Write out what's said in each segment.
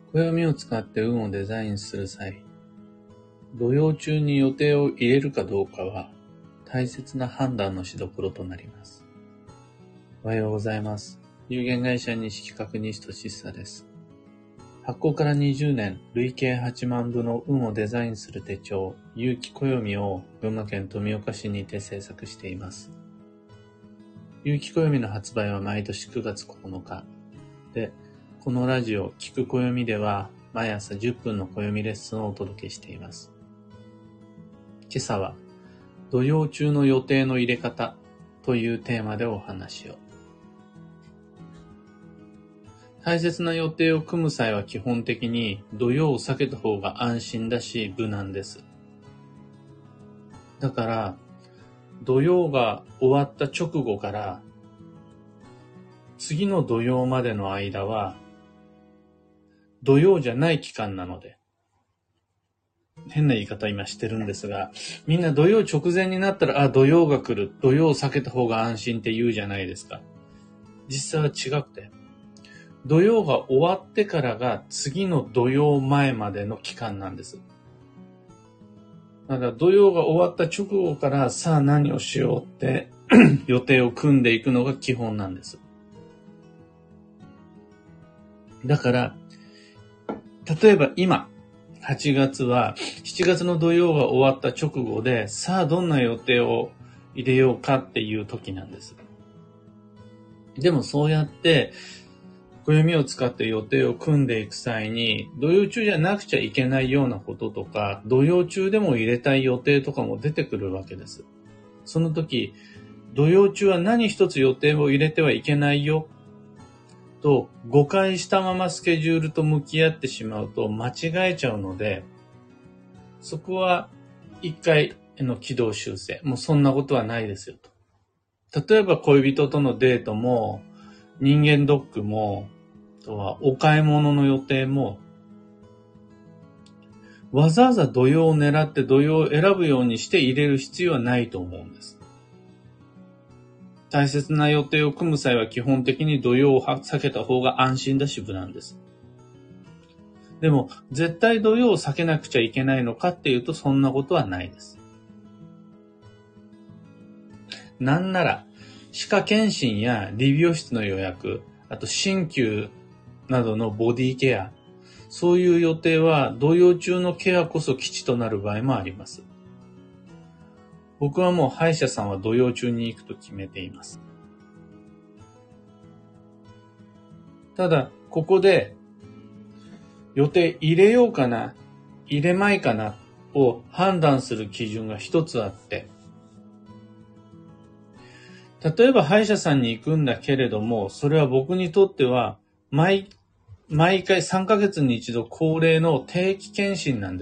暦を使って運をデザインする際、土曜中に予定を入れるかどうかは大切な判断のしどころとなります。おはようございます。有限会社西企画西俊久です。発行から20年、累計8万部の運をデザインする手帳、有機暦を群馬県富岡市にて制作しています。有機暦の発売は毎年9月9日で、このラジオ、聞く暦では毎朝10分の暦レッスンをお届けしています。今朝は、土曜中の予定の入れ方というテーマでお話を。大切な予定を組む際は基本的に土曜を避けた方が安心だし無難です。だから、土曜が終わった直後から次の土曜までの間は土曜じゃない期間なので、変な言い方今してるんですが、みんな土曜直前になったら、土曜が来る、土曜を避けた方が安心って言うじゃないですか。実際は違くて、土曜が終わってからが次の土曜前までの期間なんです。だから土曜が終わった直後からさあ何をしようって予定を組んでいくのが基本なんです。だから、例えば今、8月は7月の土曜が終わった直後でさあどんな予定を入れようかっていう時なんです。でもそうやって暦を使って予定を組んでいく際に、土曜中じゃなくちゃいけないようなこととか、土曜中でも入れたい予定とかも出てくるわけです。その時、土曜中は何一つ予定を入れてはいけないよ、と誤解したままスケジュールと向き合ってしまうと間違えちゃうので、そこは一回の軌道修正。もうそんなことはないですよと。例えば恋人とのデートも、人間ドックも、あとはお買い物の予定も、わざわざ土曜を狙って土曜を選ぶようにして入れる必要はないと思うんです。大切な予定を組む際は基本的に土曜を避けた方が安心だし無難です。でも、絶対土曜を避けなくちゃいけないのかっていうとそんなことはないです。なんなら、歯科検診や理美容室の予約、あと鍼灸などのボディケア、そういう予定は土曜中のケアこそ基地となる場合もあります。僕はもう歯医者さんは土曜中に行くと決めています。ただ、ここで予定入れようかな、入れまいかなを判断する基準が一つあって、例えば歯医者さんに行くんだけれども、それは僕にとっては毎回3ヶ月に一度恒例の定期検診なんです。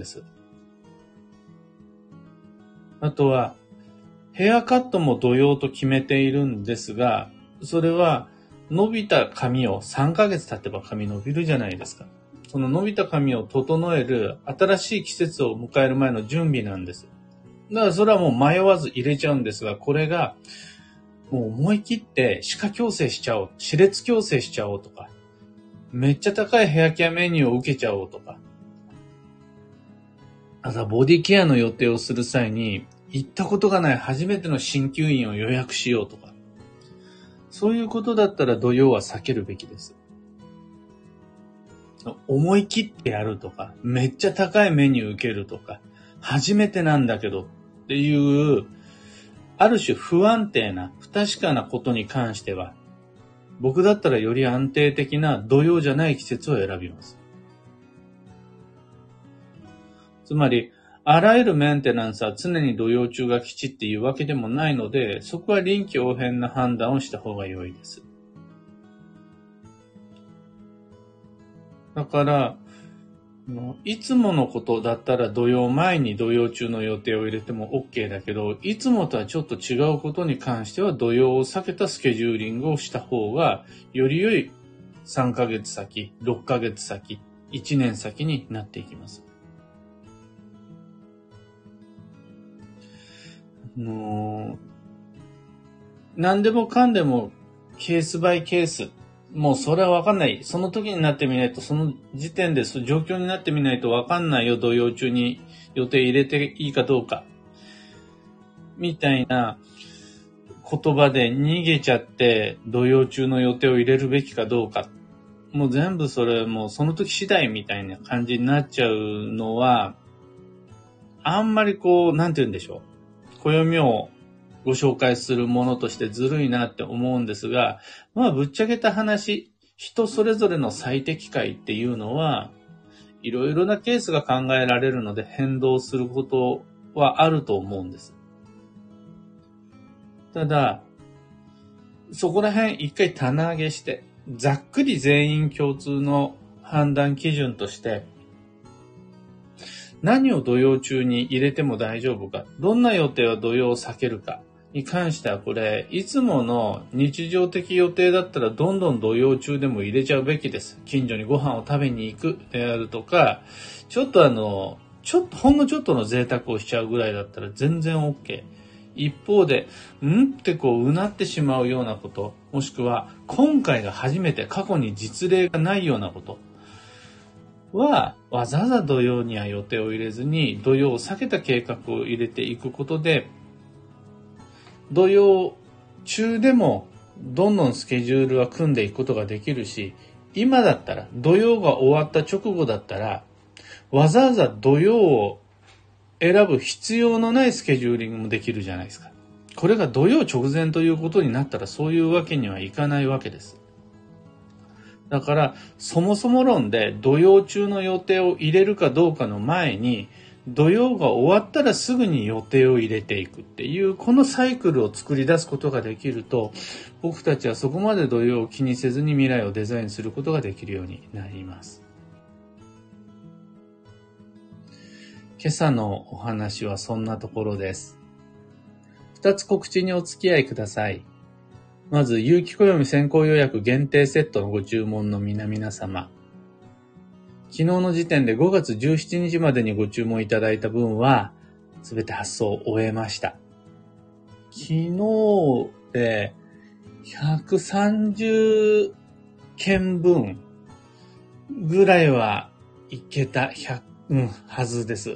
あとは、ヘアカットも土曜と決めているんですが、それは伸びた髪を3ヶ月経てば髪伸びるじゃないですか。その伸びた髪を整える新しい季節を迎える前の準備なんです。だからそれはもう迷わず入れちゃうんですが、これがもう思い切って歯科矯正しちゃおう、歯列矯正しちゃおうとか、めっちゃ高いヘアケアメニューを受けちゃおうとか、あとはボディケアの予定をする際に行ったことがない初めての鍼灸院を予約しようとか、そういうことだったら土曜は避けるべきです。思い切ってやるとか、めっちゃ高いメニュー受けるとか、初めてなんだけどっていう、ある種不安定な、不確かなことに関しては、僕だったらより安定的な土曜じゃない季節を選びます。つまり、あらゆるメンテナンスは常に土曜中が基地っていうわけでもないので、そこは臨機応変な判断をした方が良いです。だから、いつものことだったら土曜前に土曜中の予定を入れても OK だけど、いつもとはちょっと違うことに関しては土曜を避けたスケジューリングをした方が、より良い3ヶ月先、6ヶ月先、1年先になっていきます。何でもかんでもケースバイケースもうそれはわかんない。その時になってみないと、その時点で状況になってみないとわかんないよ。土曜中に予定入れていいかどうか。みたいな言葉で逃げちゃって、土曜中の予定を入れるべきかどうか。もう全部それもうその時次第みたいな感じになっちゃうのは、あんまりなんて言うんでしょう。暦をご紹介するものとしてずるいなって思うんですが、まあぶっちゃけた話、人それぞれの最適解っていうのは、いろいろなケースが考えられるので変動することはあると思うんです。ただ、そこら辺一回棚上げして、ざっくり全員共通の判断基準として、何を土曜中に入れても大丈夫か、どんな予定は土曜を避けるかに関してはこれ、いつもの日常的予定だったらどんどん土曜中でも入れちゃうべきです。近所にご飯を食べに行くであるとか、ほんのちょっとの贅沢をしちゃうぐらいだったら全然 OK。一方で、ってうなってしまうようなこと、もしくは今回が初めて過去に実例がないようなことは、わざわざ土曜には予定を入れずに、土曜を避けた計画を入れていくことで、土曜中でもどんどんスケジュールは組んでいくことができるし、今だったら、土曜が終わった直後だったら、わざわざ土曜を選ぶ必要のないスケジューリングもできるじゃないですか。これが土曜直前ということになったらそういうわけにはいかないわけです。だからそもそも論で土曜中の予定を入れるかどうかの前に、土曜が終わったらすぐに予定を入れていくっていうこのサイクルを作り出すことができると、僕たちはそこまで土曜を気にせずに未来をデザインすることができるようになります。今朝のお話はそんなところです。2つ告知にお付き合いください。まず、有機暦先行予約限定セットのご注文の皆様。昨日の時点で5月17日までにご注文いただいた分は、すべて発送を終えました。昨日で130件分ぐらいはいけたはずです。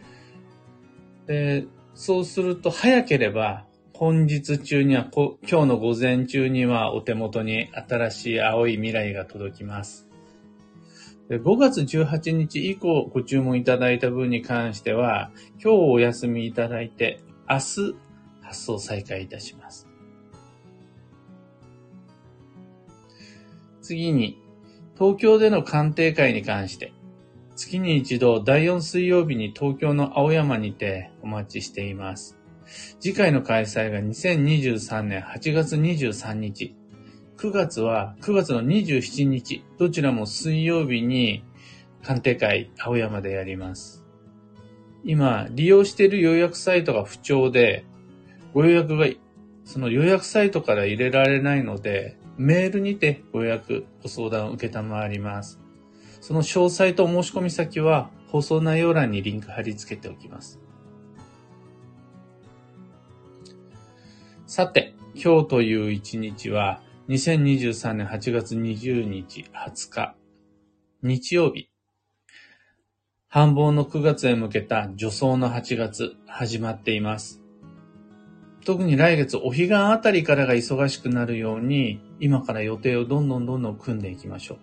で、そうすると早ければ本日中には今日の午前中にはお手元に新しい青い未来が届きます。で、5月18日以降ご注文いただいた分に関しては今日お休みいただいて明日発送再開いたします。次に東京での鑑定会に関して月に一度第4水曜日に東京の青山にてお待ちしています。次回の開催が2023年8月23日。9月は9月の27日。どちらも水曜日に鑑定会青山でやります。今、利用している予約サイトが不調で、ご予約がその予約サイトから入れられないので、メールにてご予約、ご相談を受けたまわります。その詳細と申し込み先は放送内容欄にリンク貼り付けておきます。さて、今日という一日は2023年8月20日20日日曜日。繁忙の9月へ向けた助走の8月始まっています。特に来月お彼岸あたりからが忙しくなるように今から予定をどんどん組んでいきましょう。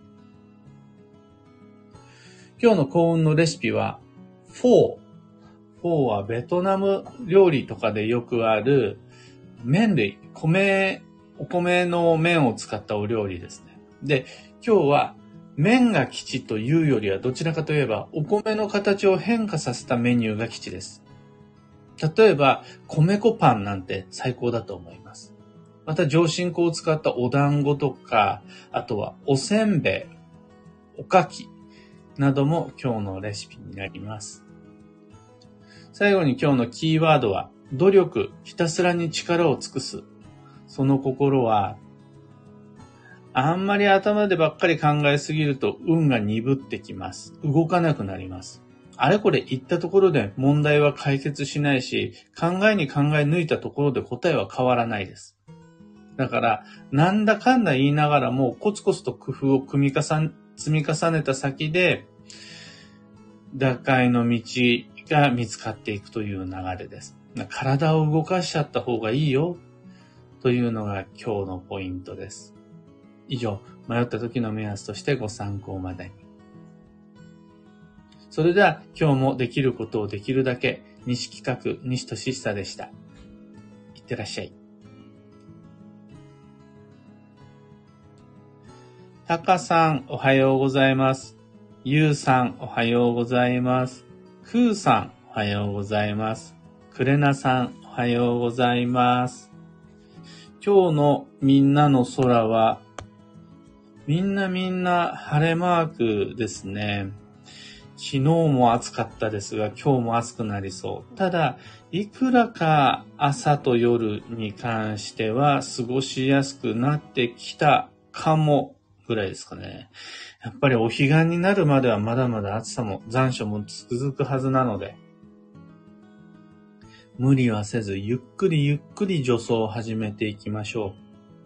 今日の幸運のレシピはフォー。フォーはベトナム料理とかでよくある麺類、お米の麺を使ったお料理ですね。で、今日は麺が吉というよりはどちらかといえばお米の形を変化させたメニューが吉です。例えば米粉パンなんて最高だと思います。また上新粉を使ったお団子とか、あとはおせんべい、おかきなども今日のレシピになります。最後に今日のキーワードは努力、ひたすらに力を尽くす。その心は、あんまり頭でばっかり考えすぎると運が鈍ってきます。動かなくなります。あれこれ言ったところで問題は解決しないし、考えに考え抜いたところで答えは変わらないです。 だから、なんだかんだ言いながらも、コツコツと工夫を積み重ねた先で、打開の道が見つかっていくという流れです。体を動かしちゃった方がいいよ、というのが今日のポイントです。以上、迷った時の目安としてご参考までに。それでは今日もできることをできるだけ、西企画、西俊久でした。いってらっしゃい。タカさん、おはようございます。ユウさん、おはようございます。クーさん、おはようございます。クレナさん、おはようございます。今日のみんなの空は、みんな晴れマークですね。昨日も暑かったですが、今日も暑くなりそう。ただ、いくらか朝と夜に関しては過ごしやすくなってきたかもぐらいですかね。やっぱりお彼岸になるまではまだまだ暑さも残暑も続くはずなので、無理はせずゆっくり助走を始めていきましょう。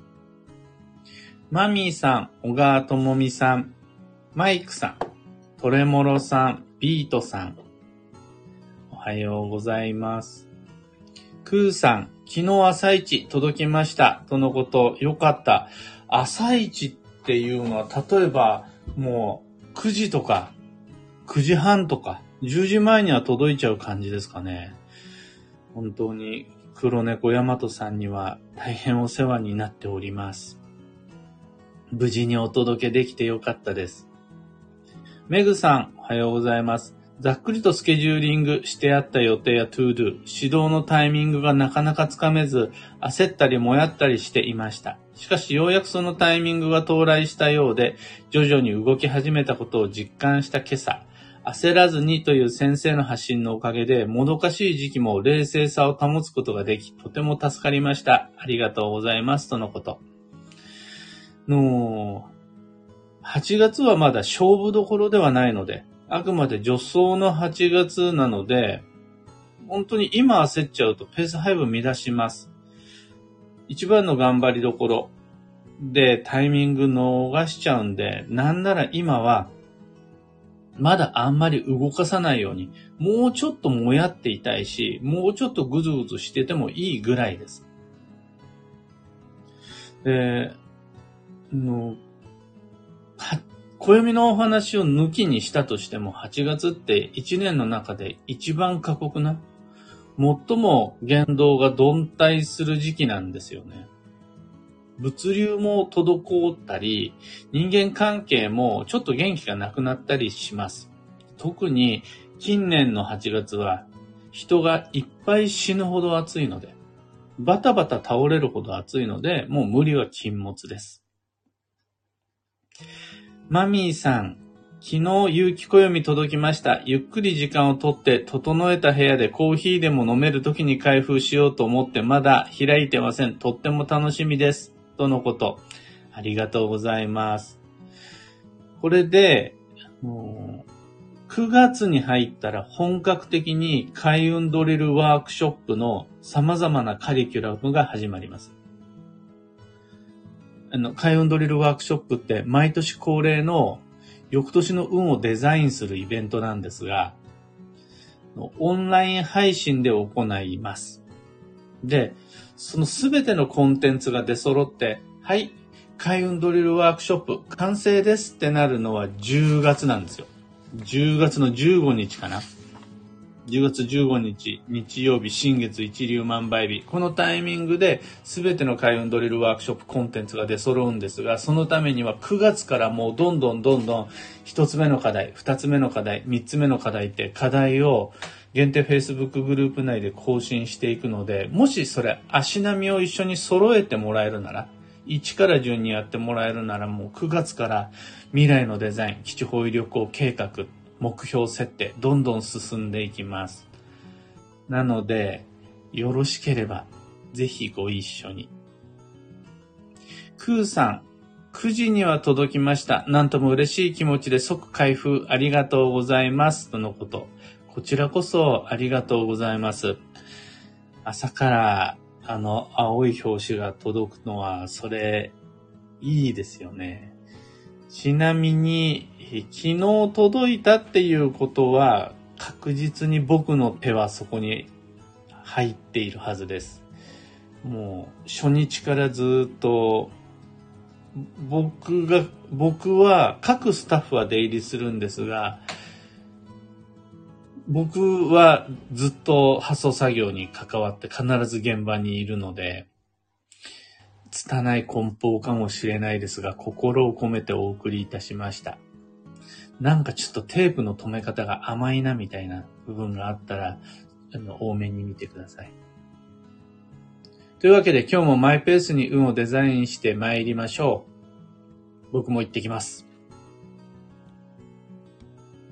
マミーさん、小川智美さん、マイクさん、トレモロさん、ビートさん、おはようございます。クーさん、昨日朝一届きました。とのこと、よかった。朝一っていうのは、例えば、もう、9時とか、9時半とか、10時前には届いちゃう感じですかね。本当に、黒猫ヤマトさんには大変お世話になっております。無事にお届けできてよかったです。メグさん、おはようございます。ざっくりとスケジューリングしてあった予定やトゥードゥ、指導のタイミングがなかなかつかめず、焦ったりもやったりしていました。しかしようやくそのタイミングが到来したようで、徐々に動き始めたことを実感した今朝、焦らずにという先生の発信のおかげで、もどかしい時期も冷静さを保つことができ、とても助かりました。ありがとうございます。とのこと。8月はまだ勝負どころではないので、あくまで助走の8月なので、本当に今焦っちゃうとペース配分乱します。一番の頑張りどころでタイミング逃しちゃうんで、なんなら今はまだあんまり動かさないように、もうちょっともやっていたいし、もうちょっとぐずぐずしててもいいぐらいです。暦のお話を抜きにしたとしても、8月って1年の中で一番過酷な、最も言動が鈍滞する時期なんですよね。物流も滞ったり、人間関係もちょっと元気がなくなったりします。特に近年の8月は人がいっぱい死ぬほど暑いので、バタバタ倒れるほど暑いので、もう無理は禁物です。マミーさん、昨日有機暦届きました。ゆっくり時間をとって整えた部屋でコーヒーでも飲める時に開封しようと思ってまだ開いてません。とっても楽しみです。とのこと。ありがとうございます。これで、9月に入ったら本格的に開運ドリルワークショップの様々なカリキュラムが始まります。開運ドリルワークショップって毎年恒例の翌年の運をデザインするイベントなんですが、オンライン配信で行います。で、そのすべてのコンテンツが出揃って、はい、開運ドリルワークショップ完成ですってなるのは10月なんですよ。10月の15日かな。10月15日、日曜日、新月一粒万倍日。このタイミングで全ての開運ドリルワークショップコンテンツが出揃うんですが、そのためには9月からもうどんどん1つ目の課題、2つ目の課題、3つ目の課題って課題を限定 Facebook グループ内で更新していくので、もしそれ足並みを一緒に揃えてもらえるなら、1から順にやってもらえるならもう9月から未来のデザイン、基地方位旅行計画、目標設定、どんどん進んでいきます。なので、よろしければ、ぜひご一緒に。クーさん、9時には届きました。なんとも嬉しい気持ちで即開封ありがとうございます。とのこと。こちらこそありがとうございます。朝から青い表紙が届くのは、それ、いいですよね。ちなみに、昨日届いたっていうことは、確実に僕の手はそこに入っているはずです。もう、初日からずっと、僕は、各スタッフは出入りするんですが、僕はずっと発送作業に関わって必ず現場にいるので、拙い梱包かもしれないですが、心を込めてお送りいたしました。なんかちょっとテープの留め方が甘いなみたいな部分があったら、多めに見てください。というわけで今日もマイペースに運をデザインして参りましょう。僕も行ってきます。